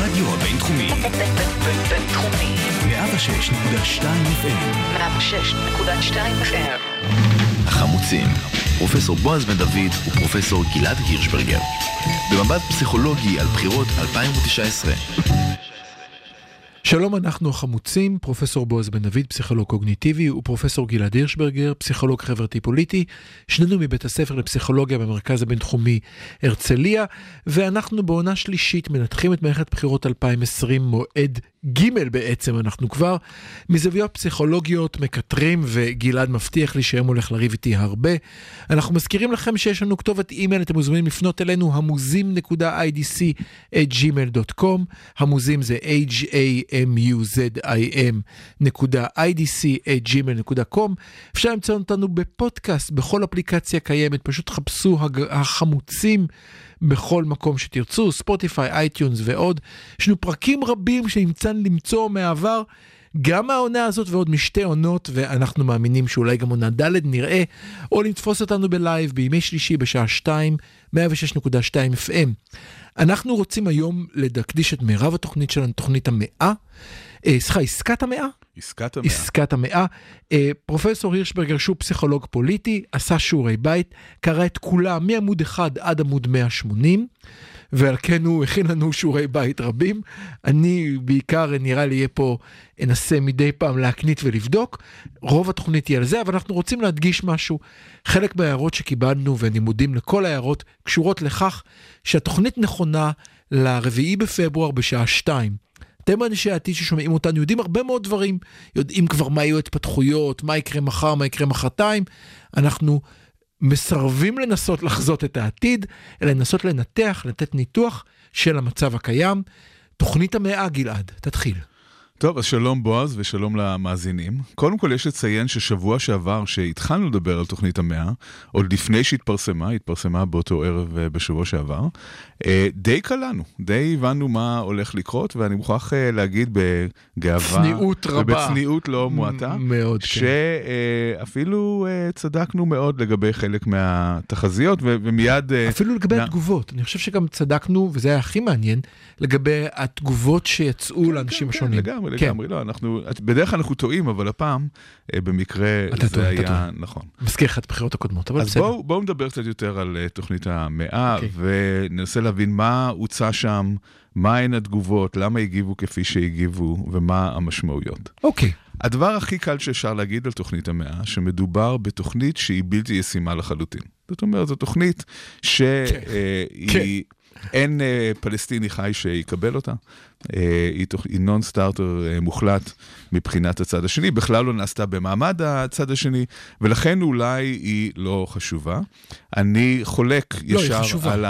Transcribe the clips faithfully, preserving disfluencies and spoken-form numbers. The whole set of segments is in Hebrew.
הרדיו הבינתחומי. בינתחומי. מאה ושש נקודה שתיים אף אם. מאה ושש נקודה שתיים אף אם. החמוצים, פרופסור בועז בן דוד ופרופסור גלעד הירשברגר. במבט פסיכולוגי על בחירות אלפיים ותשע עשרה. שלום, אנחנו החמוצים, פרופסור בועז בן דוד, פסיכולוג קוגניטיבי, ופרופסור גלעד הירשברגר, פסיכולוג חברתי פוליטי, שנינו מבית הספר לפסיכולוגיה במרכז הבינתחומי הרצליה, ואנחנו בעונה שלישית מנתחים את מערכת בחירות אלפיים ועשרים, מועד ג' בעצם, אנחנו כבר מזוויות פסיכולוגיות מקטרים, וגלעד מבטיח לי שהם הולך לריב איתי הרבה. אנחנו מזכירים לכם שיש לנו כתובת אימייל, אתם מוזמנים לפנות אלינו, המוזים נקודה איי די סי את ג'ימייל דוט קום, המוזים זה H A M U Z I M נקודה איי די סי את ג'ימייל נקודה קום. אפשר למצוא אותנו בפודקאסט, בכל אפליקציה קיימת, פשוט חפשו החמוצים בכל מקום שתרצו, ספוטיפיי, אייטיונס ועוד. יש לנו פרקים רבים שנמצא למצוא מעבר, גם מהעונה הזאת ועוד משתי עונות, ואנחנו מאמינים שאולי גם עונה ד' נראה, או לתפוס אותנו בלייב בימי שלישי בשעה שתיים, מאה ושש נקודה שתיים אף אם. אנחנו רוצים היום לדקדיש את מירב התוכנית שלנו, תוכנית המאה, סליחה, עסקת המאה? עסקת המאה. עסקת המאה. פרופסור הירשברגר, שהוא פסיכולוג פוליטי, עשה שיעורי בית, קרא את כולה מעמוד אחד עד עמוד מאה ושמונים, ועל כן הוא הכין לנו שיעורי בית רבים. אני בעיקר נראה לי יהיה פה, אנסה מדי פעם להקנית ולבדוק. רוב התוכנית היא על זה, אבל אנחנו רוצים להדגיש משהו. חלק מההערות שקיבלנו, ואני מודים לכל ההערות, קשורות לכך שהתוכנית נכונה לרביעי בפברואר בשעה שתיים. אתם אנשי העתיד ששומעים אותנו, יודעים הרבה מאוד דברים, יודעים כבר מה יהיו התפתחויות, מה יקרה מחר, מה יקרה מחרתיים. אנחנו מסרבים לנסות לחזות את העתיד, אלא לנסות לנתח, לתת ניתוח של המצב הקיים. תוכנית המאה, גלעד, תתחיל. טוב, אז שלום בועז ושלום למאזינים. קודם כל יש לציין ששבוע שעבר שהתחלנו לדבר על תוכנית המאה, עוד לפני שהתפרסמה, התפרסמה באותו ערב בשבוע שעבר, די קלנו, די הבנו מה הולך לקרות, ואני מוכרח להגיד בגאווה, צניעות רבה. ובצניעות לא מועטה, מאוד, שאפילו צדקנו מאוד לגבי חלק מהתחזיות, ומיד... אפילו לגבי נ... התגובות. אני חושב שגם צדקנו, וזה היה הכי מעניין, לגבי התגובות שיצאו כן, לאנשים כן, השונים. כן, לגמרי, לגמרי, לא, אנחנו, בדרך כלל אנחנו טועים, אבל הפעם, במקרה, זה טועה, היה, נכון. מזכיר לך את הבחירות הקודמות, אבל אז בסדר. בואו, בואו נדבר קצת יותר על תוכנית המאה, okay. וננסה להבין מה הוצא שם, מה הן התגובות, למה הגיבו כפי שהגיבו, ומה המשמעויות. אוקיי. Okay. הדבר הכי קל שאפשר להגיד על תוכנית המאה, שמדובר בתוכנית שהיא בלתי ישימה לחלוטין. זאת אומרת, זו תוכנית שהיא... אין פלסטיני חי שיקבל אותה, היא נון סטארטר מוחלט מבחינת הצד השני, בכלל לא נעשתה במעמד הצד השני, ולכן אולי היא לא חשובה. אני חולק ישר על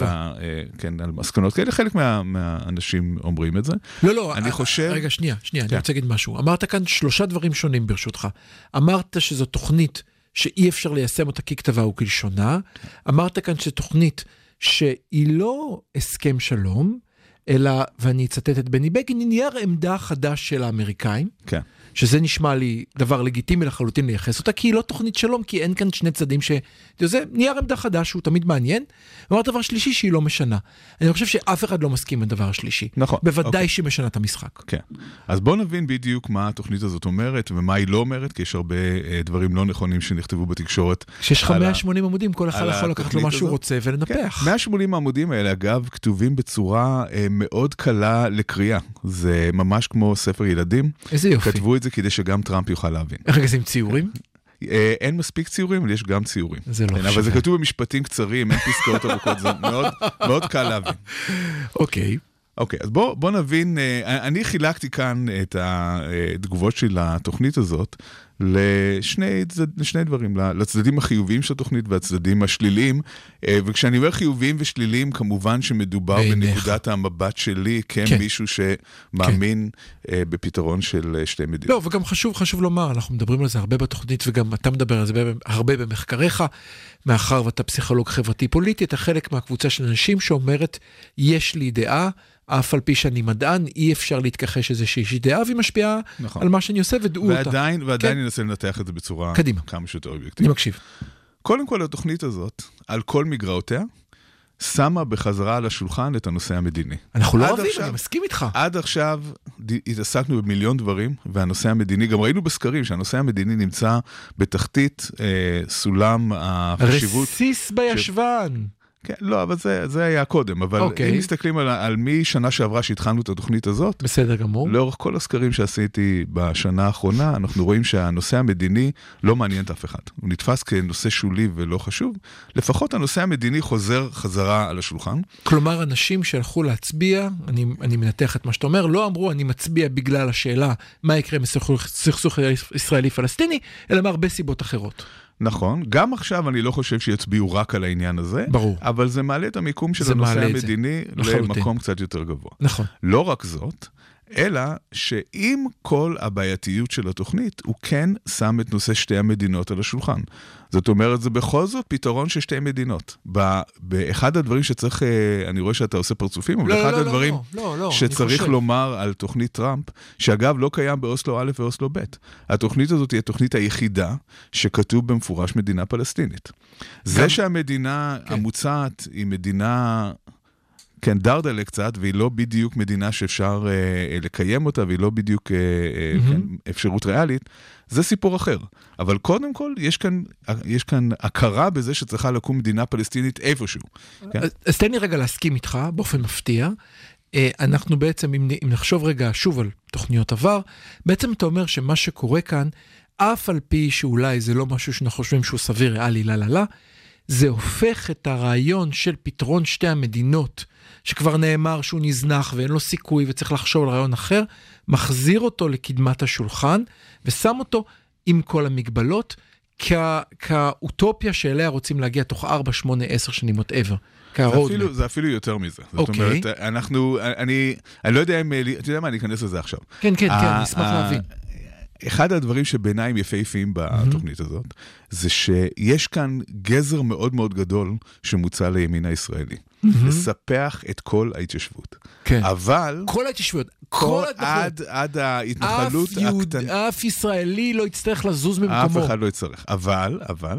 המסקנות כאלה, חלק מהאנשים אומרים את זה. לא, לא, אני חושב... רגע, שנייה, שנייה, אני רוצה להגיד משהו. אמרת כאן שלושה דברים שונים ברשותך. אמרת שזו תוכנית שאי אפשר ליישם אותה ככתבה וכלשונה, אמרת כאן שזו תוכנית שהיא לא הסכם שלום, אלא, ואני אצטט את בני בגין, היא נייר עמדה חדש של האמריקאים, כן. שזה נשמע לי דבר לגיטימי לחלוטין לייחס אותה, כי היא לא תוכנית שלום, כי אין כאן שני צדדים ש... זה נייר עמדה חדש, שהוא תמיד מעניין, ואומר דבר שלישי שהיא לא משנה. אני חושב שאף אחד לא מסכים לדבר השלישי. נכון. בוודאי אוקיי. שהיא משנה את המשחק. כן. אז בואו נבין בדיוק מה התוכנית הזאת אומרת, ומה היא לא אומרת, כי יש הרבה uh, דברים לא נכונים שנכתבו בתקשורת. שיש לך מאה ושמונים עמודים, כל אחד יכול לקחת לו מה שהוא רוצה ולנפח. כן. מאה ושמונים העמודים האלה, אגב, כתובים בצורה uh, מאוד קלה לקריאה. זה ממש כמו ספר ילדים. איזה יופי. כתבו את זה כדי שגם טראמפ יוכל להבין. רגע, זה עם ציורים? אין מספיק ציורים, אבל יש גם ציורים. זה לא חשוב. אבל זה כתוב במשפטים קצרים, אין פסקאות ארוכות, זה מאוד קל להבין. אוקיי. אוקיי, אז בוא, בוא נבין, אני חילקתי כאן את התגובות של התוכנית הזאת לשני, לשני דברים, לצדדים החיוביים של התוכנית והצדדים השליליים, וכשאני אומר חיוביים ושליליים, כמובן שמדובר בנקודת המבט שלי, כמישהו שמאמין בפתרון של שתי מדינות. לא, וגם חשוב, חשוב לומר, אנחנו מדברים על זה הרבה בתוכנית, וגם אתה מדבר על זה הרבה במחקריך, מאחר ואתה פסיכולוג חברתי פוליטי, אתה חלק מהקבוצה של אנשים שאומרת, יש לי דעה, אף על פי שאני מדען, אי אפשר להתכחש איזושהי דעה, והיא משפיעה נכון. על מה שאני עושה, ודעו ועדיין, אותה. ועדיין כן. ננסה לנתח את זה בצורה קדימה. כמה שיותר אובייקטיבית. אני מקשיב. קודם כל, התוכנית הזאת, על כל מגרעותיה, שמה בחזרה על השולחן את הנושא המדיני. אנחנו לא אוהבים, אני מסכים איתך. עד עכשיו התעסקנו במיליון דברים, והנושא המדיני, גם ראינו בסקרים שהנושא המדיני נמצא בתחתית אה, סולם החשיבות. רסיס בישבן. כן, לא, אבל זה, זה היה קודם, אבל okay. אם מסתכלים על, על מי שנה שעברה שהתחלנו את התוכנית הזאת, בסדר גמור. לאורך כל הסקרים שעשיתי בשנה האחרונה, אנחנו רואים שהנושא המדיני לא מעניין את אף אחד. הוא נתפס כנושא שולי ולא חשוב. לפחות הנושא המדיני חוזר חזרה על השולחן. כלומר, אנשים שהלכו להצביע, אני, אני מנתח את מה שאתה אומר, לא אמרו אני מצביע בגלל השאלה מה יקרה מסכסוך ישראלי-פלסטיני, אלא מהרבה סיבות אחרות. נכון, גם עכשיו אני לא חושב שיצביעו רק על העניין הזה, ברור. אבל זה מעלה את המיקום של הנושא המדיני למקום קצת יותר גבוה. נכון. לא רק זאת, אלא שעם כל הבעייתיות של התוכנית, הוא כן שם את נושא שתי המדינות על השולחן. זאת אומרת, זה בכל זאת פתרון של שתי מדינות. באחד הדברים שצריך, אני רואה שאתה עושה פרצופים, אבל אחד הדברים שצריך לומר על תוכנית טראמפ, שאגב לא קיים באוסלו א' ואוסלו ב'. התוכנית הזאת היא התוכנית היחידה שכתוב במפורש מדינה פלסטינית. זה שהמדינה המוצעת היא מדינה... כן, דרדלה קצת, והיא לא בדיוק מדינה שאפשר אה, לקיים אותה, והיא לא בדיוק אה, mm-hmm. כן, אפשרות ריאלית, זה סיפור אחר. אבל קודם כל, יש כאן, יש כאן הכרה בזה שצריכה לקום מדינה פלסטינית איפשהו. כן? אז, אז תן לי רגע להסכים איתך, באופן מפתיע. אה, אנחנו בעצם, אם, אם נחשוב רגע שוב על תוכניות עבר, בעצם אתה אומר שמה שקורה כאן, אף על פי שאולי זה לא משהו שאנחנו חושבים שהוא סביר, ריאלי, לא, לא, לא, זה הופך את הרעיון של פתרון שתי המדינות, שכבר נאמר שהוא נזנח ואין לו סיכוי ושצריך לחשוב על רעיון אחר, מחזיר אותו לקדמת השולחן, ושם אותו עם כל המגבלות, כא, כאוטופיה שאליה רוצים להגיע תוך ארבע, שמונה, עשר שנים, whatever. זה אפילו, זה אפילו יותר מזה. זאת okay. אומרת, אנחנו, אני, אני לא יודע אם, אתה יודע מה, אני אכנס לזה עכשיו. כן, כן, כן, נשמח להבין. אחד הדברים שבעיניים יפהפיים בתוכנית הזאת, זה שיש כאן גזר מאוד מאוד גדול שמוצע לימין הישראלי. לספח את כל ההתיישבות. אבל... כל ההתיישבות. כל עד, עד ההתנחלות הקטנה. אף ישראלי לא יצטרך לזוז ממקומו. אף אחד לא יצטרך. אבל, אבל,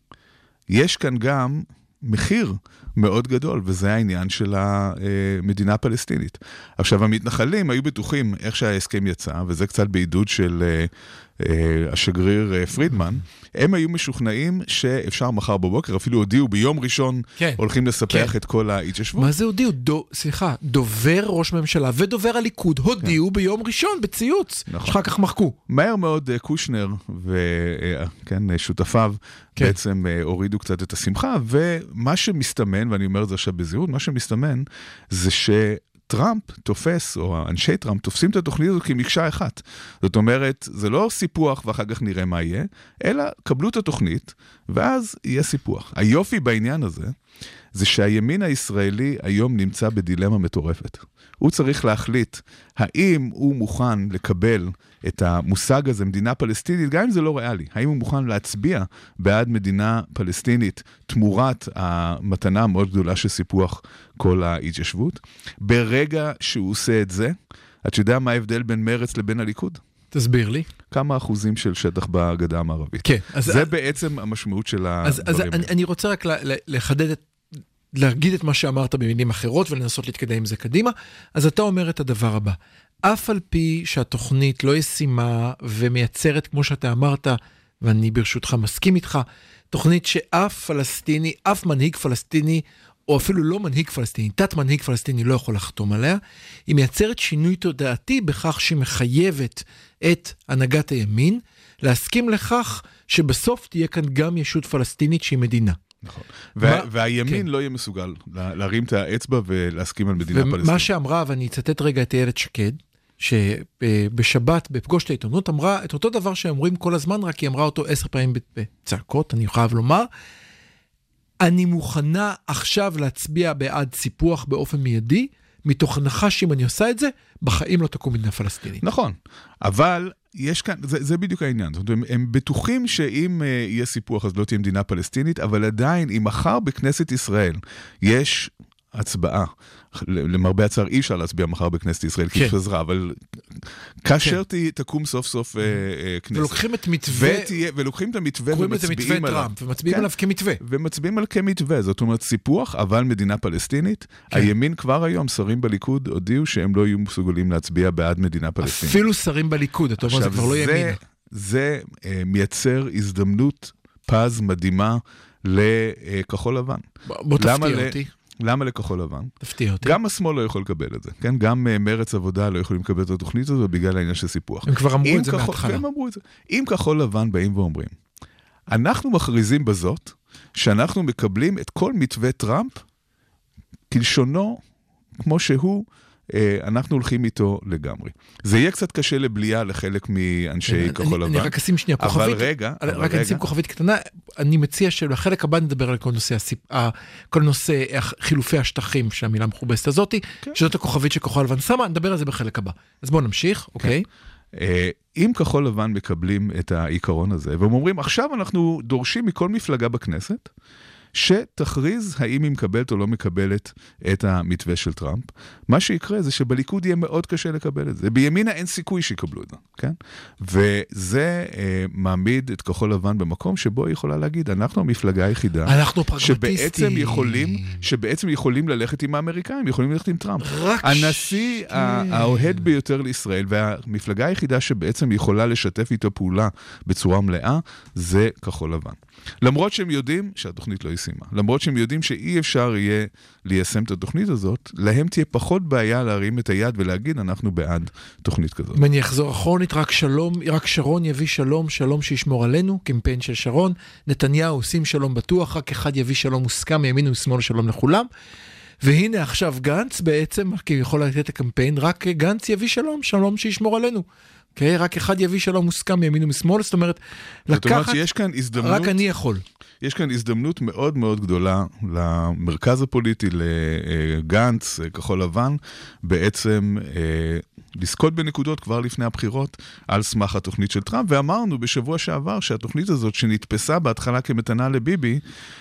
יש כאן גם מחיר מאוד גדול, וזה העניין של המדינה הפלסטינית. עכשיו, המתנחלים היו בטוחים איך שההסכם יצא, וזה קצת בעידוד של השגריר פרידמן, הם היו משוכנעים שאפשר מחר בבוקר, אפילו הודיעו ביום ראשון, כן, הולכים לספח כן. את כל ההתיישבות. מה זה הודיעו? דו, סליחה, דובר ראש ממשלה ודובר הליכוד הודיעו כן. ביום ראשון בציוץ, נכון. שאחר כך מחקו. מהר מאוד קושנר וכן, שותפיו כן. בעצם הורידו קצת את השמחה, ומה שמסתמן, ואני אומר את זה עכשיו בזהירות, מה שמסתמן זה ש... טראמפ תופס, או אנשי טראמפ תופסים את התוכנית הזאת כמקשה אחת. זאת אומרת, זה לא סיפוח ואחר כך נראה מה יהיה, אלא קבלו את התוכנית, ואז יהיה סיפוח. היופי בעניין הזה, זה שהימין הישראלי היום נמצא בדילמה מטורפת. הוא צריך להחליט האם הוא מוכן לקבל את המושג הזה, מדינה פלסטינית, גם אם זה לא ריאלי. האם הוא מוכן להצביע בעד מדינה פלסטינית תמורת המתנה המאוד גדולה של סיפוח כל ההתיישבות. ברגע שהוא עושה את זה, את יודע מה ההבדל בין מרץ לבין הליכוד? תסביר לי. כמה אחוזים של שטח בגדה המערבית. כן. זה אז, בעצם המשמעות של אז, הדברים. אז אני, אני רוצה רק לחדד את להגיד את מה שאמרת במילים אחרות ולנסות להתקדם עם זה קדימה. אז אתה אומר את הדבר הבא. אף על פי שהתוכנית לא ישימה ומייצרת, כמו שאתה אמרת, ואני ברשותך מסכים איתך, תוכנית שאף פלסטיני, אף מנהיג פלסטיני, או אפילו לא מנהיג פלסטיני, תת מנהיג פלסטיני לא יכול לחתום עליה, היא מייצרת שינוי תודעתי בכך שהיא מחייבת את הנהגת הימין, להסכים לכך שבסוף תהיה כאן גם ישות פלסטינית שהיא מדינה. נכון. והימין לא יהיה מסוגל להרים את האצבע ולהסכים על מדינה פלסטינית. ומה שאמרה, ואני אצטט רגע את איילת שקד, שבשבת, בפגוש את העיתונות, אמרה את אותו דבר שאומרים כל הזמן, רק היא אמרה אותו עשר פעמים בצעקות, אני חייב לומר, אני מוכנה עכשיו להצביע בעד סיפוח באופן מיידי, מתוך הנחה שאם אני עושה את זה, בחיים לא תקום מדינה פלסטינית. נכון, אבל יש כאן, זה, זה בדיוק העניין. זאת אומרת, הם בטוחים שאם uh, יהיה סיפוח אז לא תהיה מדינה פלסטינית, אבל עדיין, אם מחר בכנסת ישראל יש הצבעה, למרבה הצער אי אפשר להצביע מחר בכנסת ישראל, כי התפזרה, אבל כאשר תקום סוף סוף כנסת. ולוקחים את מתווה, ולוקחים את המתווה ומצביעים עליו. ומצביעים עליו כמתווה. ומצביעים עליו כמתווה, זאת אומרת סיפוח, אבל מדינה פלסטינית. הימין כבר היום, שרים בליכוד, הודיעו שהם לא יהיו מסוגלים להצביע בעד מדינה פלסטינית. אפילו שרים בליכוד, אתה אומר, זה כבר לא ימין. זה מייצר הזדמנות פז מדהימה לכחול לבן. בוא תפתיע אותי. למה לכחול לבן? תפתיע אותי. גם השמאל לא יכול לקבל את זה, כן? גם מרץ עבודה לא יכולים לקבל את התוכנית הזו בגלל העניין של סיפוח. הם כבר אמרו את זה מההתחלה. הם אמרו את זה. אם כחול לבן באים ואומרים, אנחנו מכריזים בזאת, שאנחנו מקבלים את כל מתווה טראמפ, כלשונו, כמו שהוא, אנחנו הולכים איתו לגמרי. זה יהיה קצת קשה לבלייה לחלק מאנשי כחול לבן. אני רק אשים שנייה כוכבית. אבל רגע, רק אשים כוכבית קטנה, אני מציע שבחלק הבא נדבר על כל נושא, כל נושא חילופי השטחים, שהמילה מכובסת הזאת, שזאת הכוכבית שכחול לבן שמה, נדבר על זה בחלק הבא. אז בואו נמשיך, אוקיי? אם כחול לבן מקבלים את העיקרון הזה, והם אומרים, עכשיו אנחנו דורשים מכל מפלגה בכנסת, שתכריז האם היא מקבלת או לא מקבלת את המתווה של טראמפ. מה שיקרה זה שבליכוד יהיה מאוד קשה לקבל את זה. בימינה אין סיכוי שיקבלו את זה, כן? וזה אה, מעמיד את כחול לבן במקום שבו היא יכולה להגיד, אנחנו המפלגה היחידה, אנחנו פרגמטיסטים. שבעצם יכולים, שבעצם יכולים ללכת עם האמריקאים, יכולים ללכת עם טראמפ. הנשיא האוהד ביותר לישראל, והמפלגה היחידה שבעצם יכולה לשתף איתו פעולה בצורה מלאה, זה כחול לבן. למרות שהם יודעים שהתוכנית לא ישימה, למרות שהם יודעים שאי אפשר יהיה ליישם את התוכנית הזאת, להם תהיה פחות בעיה להרים את היד ולהגיד, אנחנו בעד תוכנית כזאת. אם אני אחזור אחרונית, רק שלום, רק שרון יביא שלום, שלום שישמור עלינו, קמפיין של שרון, נתניהו עושים שלום בטוח, רק אחד יביא שלום מוסכם, מימין ושמאל שלום לכולם, והנה עכשיו גנץ בעצם, כי הוא יכול לתת את הקמפיין, רק גנץ יביא שלום, שלום שישמור עלינו. Okay, רק אחד יביא שלום מוסכם מימין ומשמאל, זאת אומרת, לקחת, שיש כאן הזדמנות, רק אני יכול. יש כאן הזדמנות מאוד מאוד גדולה למרכז הפוליטי, לגנץ, כחול לבן, בעצם לזכות בנקודות כבר לפני הבחירות על סמך התוכנית של טראמפ, ואמרנו בשבוע שעבר שהתוכנית הזאת שנתפסה בהתחלה כמתנה לביבי,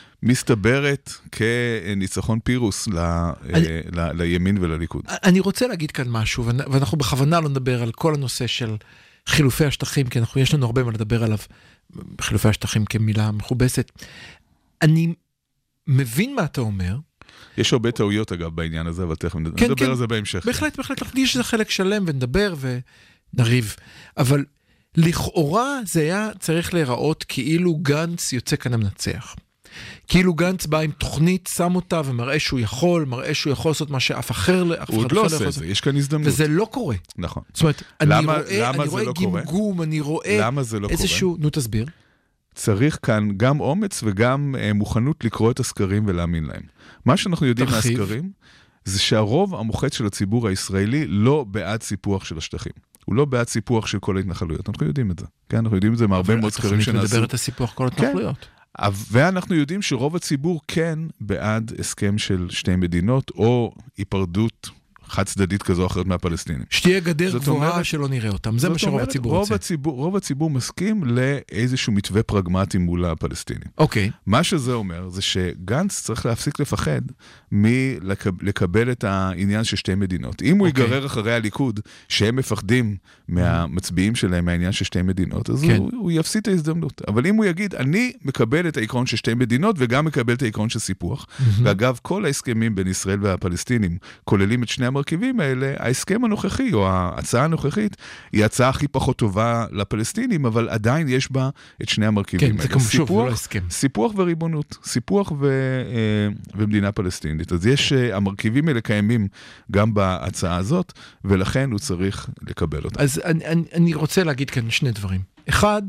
מסתברת כניצחון פירוס ל, אני, ל, לימין ולליכוד. אני רוצה להגיד כאן משהו, ואנחנו בכוונה לא נדבר על כל הנושא של חילופי השטחים, כי אנחנו, יש לנו הרבה מה לדבר עליו, חילופי השטחים כמילה מכובסת. אני מבין מה אתה אומר. יש הרבה טעויות אגב בעניין הזה, אבל תכף נדבר כן, כן, על זה בהמשך. בהחלט, בהחלט, יש איזה חלק שלם ונדבר ונריב. אבל לכאורה זה היה צריך להיראות כאילו גנץ יוצא כאן המנצח. כאילו גנץ בא עם תוכנית, שם אותה ומראה שהוא יכול, מראה שהוא יכול לעשות מה שאף אחר, הוא עוד לא עושה את זה, יש כאן הזדמנות. וזה לא קורה. נכון. זאת אומרת, אני רואה, אני רואה גמגום, אני רואה איזשהו, נו תסביר. צריך כאן גם אומץ וגם מוכנות לקרוא את הסקרים ולהאמין להם. מה שאנחנו יודעים מהסקרים, זה שהרוב המוחץ של הציבור הישראלי לא בעד סיפוח של השטחים. הוא לא בעד סיפוח של כל ההתנחלויות. אנחנו יודעים את זה. כן, אנחנו יודעים את זה מהרבה מאוד סקרים שנעשו. התוכנית מדברת על סיפוח כל ההתנחלויות. ואנחנו יודעים שרוב הציבור כן בעד הסכם של שתי מדינות, או היפרדות חד צדדית כזו או אחרת מהפלסטינים. שתהיה גדר גבוהה שלא נראה אותם, זה מה שרוב הציבור רוצה. רוב הציבור מסכים לאיזשהו מתווה פרגמטי מול הפלסטינים. אוקיי. מה שזה אומר, זה שגנץ צריך להפסיק לפחד מלקבל את העניין של שתי מדינות. אם הוא ייגרר אחרי הליכוד, שהם מפחדים מהמצביעים שלהם מהעניין של שתי מדינות, אז הוא יפסיד את ההזדמנות. אבל אם הוא יגיד, אני מקבל את העיקרון של שתי מדינות, וגם מקבל את העיקרון של סיפוח. ואגב, כל ההסכמים בין ישראל והפלסטינים כוללים את שני המרכיבים האלה, ההסכם הנוכחי, או ההצעה הנוכחית, היא ההצעה הכי פחות טובה לפלסטינים, אבל עדיין יש בה את שני המרכיבים האלה. כן, זה כמו שוב, זה לא הסכם. סיפוח וריבונות, סיפוח ו, ומדינה פלסטינית. אז יש, המרכיבים האלה קיימים גם בהצעה הזאת, ולכן הוא צריך לקבל אותה. אז אני, אני, אני רוצה להגיד כאן שני דברים. אחד,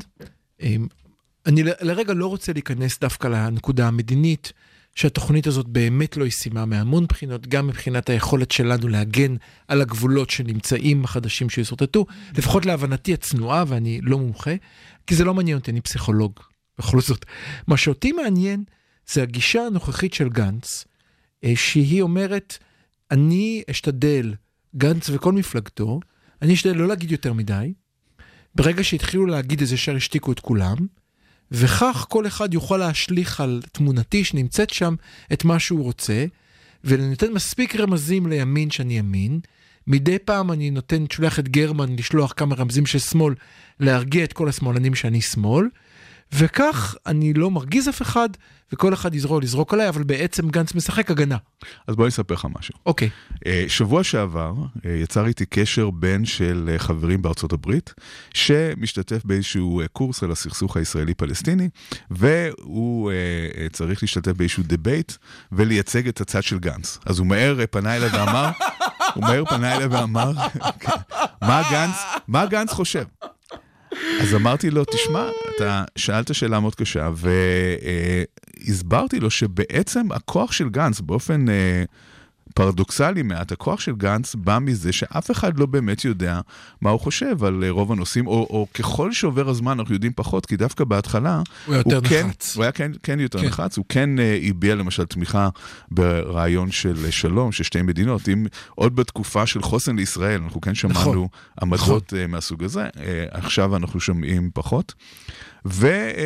אני לרגע לא רוצה להיכנס דווקא לנקודה המדינית, שהתוכנית הזאת באמת לא ישימה מהמון בחינות, גם מבחינת היכולת שלנו להגן על הגבולות שנמצאים החדשים שיסורטטו, לפחות להבנתי הצנועה, ואני לא מומחה, כי זה לא מעניין אותי, אני פסיכולוג, בכל זאת. מה שאותי מעניין, זה הגישה הנוכחית של גנץ, שהיא אומרת, אני אשתדל, גנץ וכל מפלגתו, אני אשתדל לא להגיד יותר מדי, ברגע שהתחילו להגיד איזה שר השתיקו את כולם, וכך כל אחד יוכל להשליך על תמונתי שנמצאת שם את מה שהוא רוצה, ונותן מספיק רמזים לימין שאני ימין, מדי פעם אני נותן, שולח את גרמן לשלוח כמה רמזים של שמאל, להרגיע את כל השמאלנים שאני שמאל, וכך אני לא מרגיז אף אחד, וכל אחד יזרוק, לזרוק עליי, אבל בעצם גנץ משחק הגנה. אז בואי אספר לך משהו. אוקיי. שבוע שעבר יצר איתי קשר בין של חברים בארצות הברית, שמשתתף באיזשהו קורס על הסכסוך הישראלי-פלסטיני, והוא צריך להשתתף באיזשהו דיבייט, ולייצג את הצד של גנץ. אז הוא מהר פנה אליי ואמר, הוא מהר פנה אליי ואמר, מה גנץ, מה גנץ חושב? אז אמרתי לו, תשמע, אתה שאלת שאלה מאוד קשה, והסברתי לו שבעצם הכוח של גנץ, באופן פרדוקסלי מעט, הכוח של גנץ בא מזה שאף אחד לא באמת יודע מה הוא חושב על רוב הנושאים, או, או ככל שעובר הזמן אנחנו יודעים פחות, כי דווקא בהתחלה הוא יותר הוא כן, נחץ. הוא היה כן, כן יותר כן. נחץ, הוא כן הביע למשל תמיכה ברעיון של שלום, של שתי מדינות, אם עוד בתקופה של חוסן לישראל, אנחנו כן שמענו נכון. עמדות נכון. מהסוג הזה, עכשיו אנחנו שומעים פחות, ו...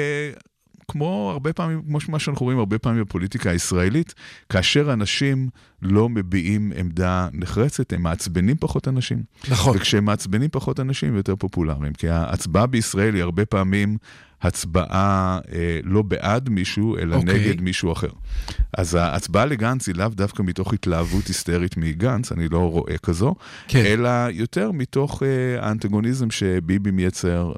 כמו הרבה פעמים, כמו מה שאנחנו רואים הרבה פעמים בפוליטיקה הישראלית, כאשר אנשים לא מביעים עמדה נחרצת, הם מעצבנים פחות אנשים. נכון. וכשהם מעצבנים פחות אנשים, הם יותר פופולריים. כי ההצבעה בישראל היא הרבה פעמים הצבעה אה, לא בעד מישהו, אלא אוקיי. נגד מישהו אחר. אז ההצבעה לגנץ היא לאו דווקא מתוך התלהבות היסטרית מגנץ, אני לא רואה כזו, כן. אלא יותר מתוך אה, האנטגוניזם שביבי מייצר,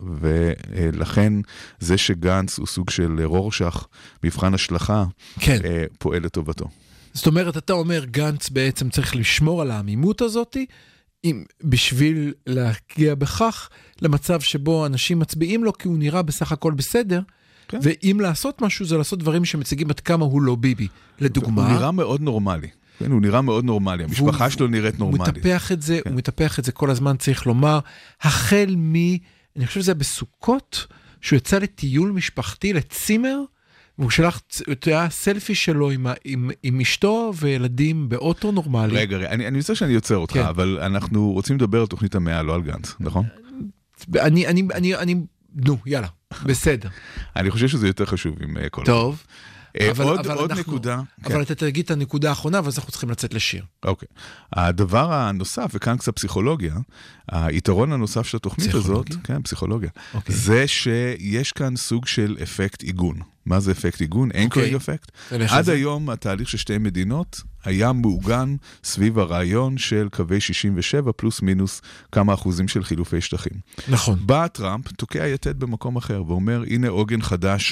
ולכן זה שגנץ הוא סוג של רורשך, מבחן השלכה, כן. אה, פועל לטובתו. זאת אומרת, אתה אומר, גנץ בעצם צריך לשמור על העמימות הזאת, אם, בשביל להגיע בכך למצב שבו אנשים מצביעים לו, כי הוא נראה בסך הכל בסדר, כן. ואם לעשות משהו, זה לעשות דברים שמציגים עד כמה הוא לא ביבי. לדוגמה... הוא נראה מאוד נורמלי. כן, הוא נראה מאוד נורמלי. המשפחה והוא, שלו נראית נורמלית. הוא מטפח את זה, כן. הוא מטפח את זה כל הזמן, צריך לומר, החל מ... אני חושב שזה בסוכות, שהוא יצא לטיול משפחתי, לצימר, והוא שלח, את הסלפי שלו עם, עם, עם אשתו וילדים באוטו נורמלי. רגע, רגע, אני, אני רוצה שאני יוצר אותך, כן. אבל אנחנו רוצים לדבר על תוכנית המאה, לא על גנץ, נכון? אני, אני, אני, אני, נו, יאללה, בסדר. אני חושב שזה יותר חשוב עם כל... טוב. אבל, עוד, אבל עוד אנחנו, נקודה. אבל כן. אתה תגיד את הנקודה האחרונה, ואז אנחנו צריכים לצאת לשיר. אוקיי. הדבר הנוסף, וכאן קצת פסיכולוגיה, היתרון הנוסף של התוכנית הזאת, כן, פסיכולוגיה, אוקיי. זה שיש כאן סוג של אפקט עיגון. מה זה אפקט עיגון? אין כרגע אפקט. עד היום התהליך של שתי מדינות היה מעוגן סביב הרעיון של קווי שישים ושבע פלוס מינוס כמה אחוזים של חילופי שטחים. נכון. בא טראמפ, תוקע יתד במקום אחר, ואומר, הנה עוגן חדש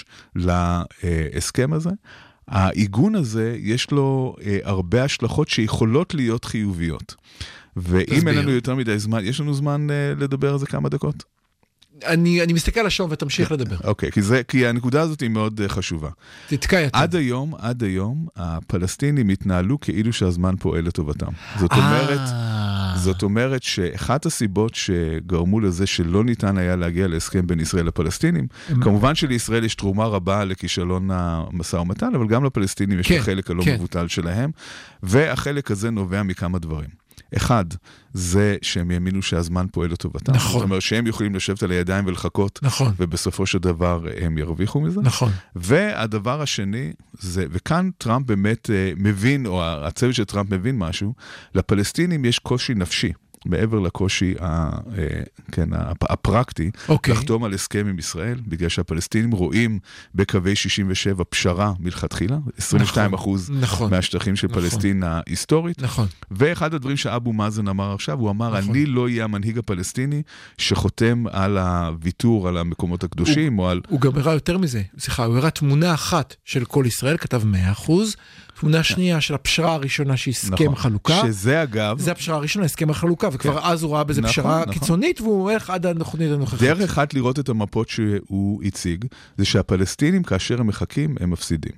להסכם הזה. העיגון הזה, יש לו הרבה השלכות שיכולות להיות חיוביות. ואם אין לנו יותר מדי זמן, יש לנו זמן לדבר על זה כמה דקות? אני, אני מסתכל על השעון ותמשיך לדבר. אוקיי, כי זה, כי הנקודה הזאת היא מאוד חשובה. תתקע יותר. עד היום, עד היום, הפלסטינים התנהלו כאילו שהזמן פועל לטובתם. זאת אומרת, זאת אומרת שאחת הסיבות שגרמו לזה שלא ניתן היה להגיע להסכם בין ישראל לפלסטינים, כמובן שלישראל יש תרומה רבה לכישלון המשא ומתן, אבל גם לפלסטינים יש החלק הלא מבוטל שלהם, והחלק הזה נובע מכמה דברים. אחד, זה שהם יאמינו שהזמן פועל לטובתם. נכון. זאת אומרת שהם יכולים לשבת על הידיים ולחכות, נכון. ובסופו של דבר הם ירוויחו מזה. נכון. והדבר השני, זה, וכאן טראמפ באמת מבין, או הצוות של טראמפ מבין משהו, לפלסטינים יש קושי נפשי. מעבר לקושי ה, כן, הפרקטי, okay. לחתום על הסכם עם ישראל, בגלל שהפלסטינים רואים בקווי שישים ושבע פשרה מלכתחילה, עשרים ושתיים אחוז נכון. מהשטחים של נכון. פלסטין ההיסטורית. נכון. ואחד הדברים שאבו מאזן אמר עכשיו, הוא אמר, נכון. אני לא אהיה המנהיג הפלסטיני שחותם על הוויתור, על המקומות הקדושים, הוא, או על... הוא גם הראה יותר מזה, סליחה, הוא הראה תמונה אחת של כל ישראל, כתב מאה אחוז, תמונה שנייה של הפשרה הראשונה שהסכם נכון. חלוקה. שזה אגב... זה הפשרה הראשונה, הסכם החלוקה, וכבר כן. אז הוא ראה בזה נכון, פשרה נכון. קיצונית, והוא הולך עד הנכונית הנוכחית. דרך אחת לראות את המפות שהוא הציג, זה שהפלסטינים כאשר הם מחכים, הם מפסידים.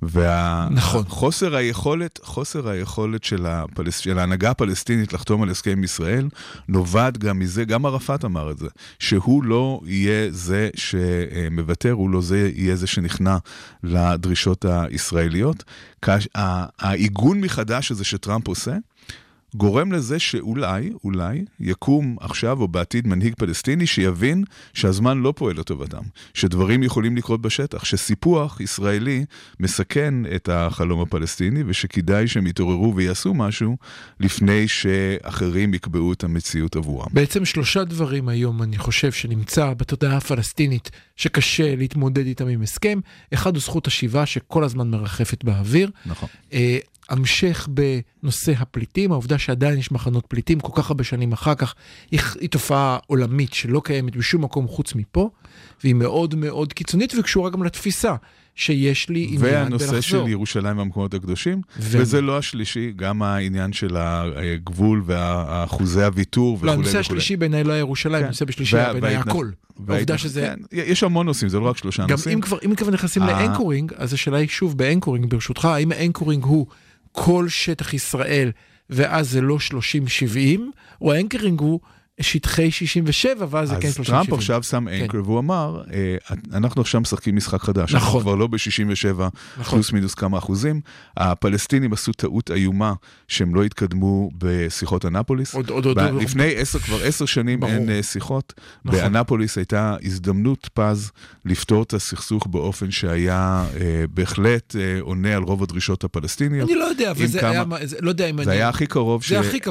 והחוסר נכון. היכולת, חוסר היכולת של, הפלס... של ההנהגה הפלסטינית לחתום על הסכם עם ישראל, נובעת גם מזה, גם ערפאת אמר את זה, שהוא לא יהיה זה שמוותר, הוא לא זה, יהיה זה שנכנע לדרישות הישראליות. העיגון מחדש הזה שטראמפ עושה, גורם לזה שאולי, אולי, יקום עכשיו או בעתיד מנהיג פלסטיני שיבין שהזמן לא פועל לטובתם, שדברים יכולים לקרות בשטח, שסיפוח ישראלי מסכן את החלום הפלסטיני, ושכדאי שהם יתעוררו ויעשו משהו לפני שאחרים יקבעו את המציאות עבורם. בעצם שלושה דברים היום אני חושב שנמצא בתודעה הפלסטינית שקשה להתמודד איתם עם הסכם. אחד הוא זכות השיבה שכל הזמן מרחפת באוויר. נכון. המשך בנושא הפליטים, העובדה שעדיין יש מחנות פליטים כל כך הרבה שנים אחר כך, היא, היא תופעה עולמית שלא קיימת בשום מקום חוץ מפה, והיא מאוד מאוד קיצונית וקשורה גם לתפיסה שיש לי עניין בלחזור. והנושא של ירושלים והמקומות הקדושים, ו... וזה לא השלישי, גם העניין של הגבול והאחוזי הוויתור וכו'. לא, הנושא השלישי בעיניי לא ירושלים, הנושא בשלישי בעיניי הכל. העובדה שזה... יש המון נושאים, זה לא רק שלושה נושאים. גם אם כבר נכנסים לאנקורינג, אז השאלה היא שוב באנקורינג ברשותך, האם האנקורינג הוא כל שטח ישראל, ואז זה לא שלושים שבעים, או האנקורינג הוא שטחי שישים ושבע, ואז זה כן שלושים שבעים. אז טראמפ עכשיו שם אנקר, והוא אמר, אנחנו עכשיו משחקים משחק חדש, אנחנו כבר לא ב-שישים ושבע, פלוס מינוס כמה אחוזים. הפלסטינים עשו טעות איומה, שהם לא התקדמו בשיחות אנפוליס. לפני כבר עשר שנים אין שיחות. באנפוליס הייתה הזדמנות פז לפתור את הסכסוך באופן שהיה בהחלט עונה על רוב הדרישות הפלסטיניות. אני לא יודע, וזה היה, לא יודע אם אני... זה היה הכי קרוב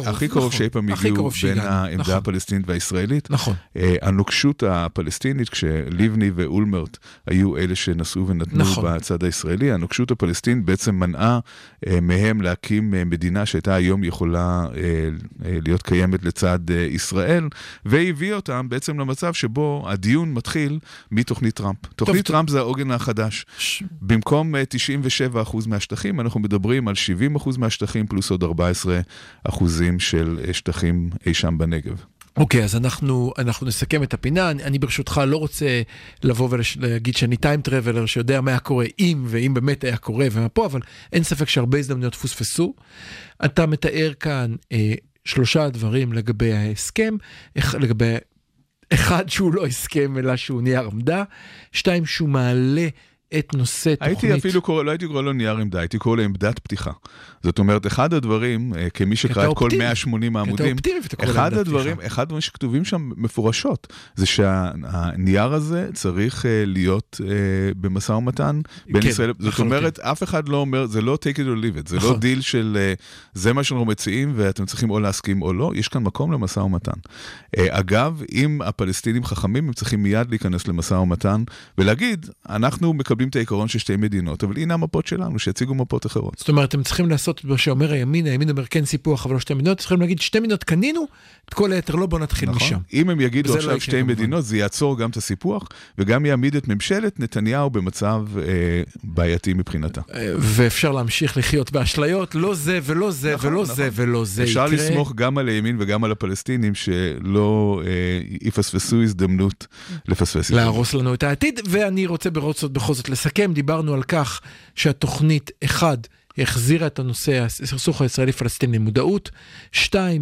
שאי פעם הגיעו בין העמדה הפלסטינית והישראלית. נכון. הנוקשות הפלסטינית, כשליבני ואולמרט היו אלה שנשאו ונתנו נכון. בצד הישראלי, הנוקשות הפלסטינית בעצם מנעה מהם להקים מדינה שהייתה היום יכולה להיות קיימת לצד ישראל, והביא אותם בעצם למצב שבו הדיון מתחיל מתוכנית טראמפ. תוכנית טוב, טראמפ טוב. זה העוגן החדש. ש... במקום תשעים ושבע אחוז מהשטחים, אנחנו מדברים על שבעים אחוז מהשטחים, פלוס עוד ארבעה עשר אחוזים של שטחים אי שם בנגב. אוקיי, okay, אז אנחנו, אנחנו נסכם את הפינה. אני, אני ברשותך לא רוצה לבוא ולהגיד שאני טיים טראבלר שיודע מה היה קורה אם, ואם באמת היה קורה ומה פה, אבל אין ספק שהרבה הזדמנויות פוספסו. אתה מתאר כאן אה, שלושה דברים לגבי ההסכם, איך, לגבי אחד שהוא לא הסכם אלא שהוא נייר עמדה, שתיים שהוא מעלה את נושא תוכנית. הייתי אפילו קורא, לא הייתי קורא לו נייר עמדה, הייתי קורא לו עמדת פתיחה. זאת אומרת, אחד הדברים, כמי שקרא את כל מאה ושמונים העמודים, אחד הדברים, אחד הדברים שכתובים שם מפורשות, זה שהנייר הזה צריך להיות במשא ומתן בין ישראל. זאת אומרת, אף אחד לא אומר, זה לא take it or leave it, זה לא דיל של זה מה שאנחנו מציעים, ואתם צריכים או להסכים או לא, יש כאן מקום למשא ומתן. אגב, אם הפלסטינים חכמים, הם צריכים מיד להיכנס למשא ומתן, ולהגיד, אנחנו מקבלים את העיקרון של שתי מדינות, אבל הנה המפות שלנו, שיציגו מפות אחרות. זאת אומרת, הם צריכים לעשות מה שאומר הימין, הימין אומר כן סיפוח, אבל לא שתי מדינות, צריכים להגיד שתי מדינות קנינו, את כל היתר לא, בוא נתחיל נכון. משם. אם הם יגידו עכשיו לא שתי מדינות, זה יעצור גם את הסיפוח, וגם יעמיד את ממשלת נתניהו במצב אה, בעייתי מבחינתה. ואפשר להמשיך לחיות באשליות, לא זה ולא זה נכון, ולא נכון. זה ולא זה אפשר יקרה. לסמוך גם על הימין וגם על הפלסטינים, שלא אה, יפספסו הזדמנות לפספס. להרוס לנו את העתיד, ואני רוצה ברוצות בכל זאת לסכם, דיברנו על כך שהתוכנית אחד החזירה את הנושא הסכסוך הישראלי-פלסטיני למודעות, שתיים,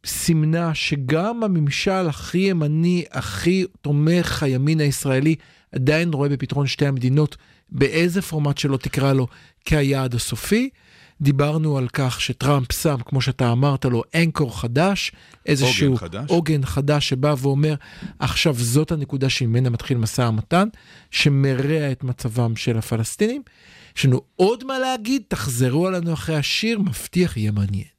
סימנה שגם הממשל הכי ימני, הכי תומך הימין הישראלי, עדיין רואה בפתרון שתי המדינות, באיזה פורמט שלא תקרא לו, כהיעד הסופי. דיברנו על כך שטראמפ שם, כמו שאתה אמרת לו, אנקור חדש, איזשהו עוגן חדש שבא ואומר, עכשיו זאת הנקודה שממנה מתחיל משא ומתן, שמרע את מצבם של הפלסטינים. יש לנו עוד מה להגיד, תחזרו עלינו אחרי השיר, מבטיח יהיה מעניין.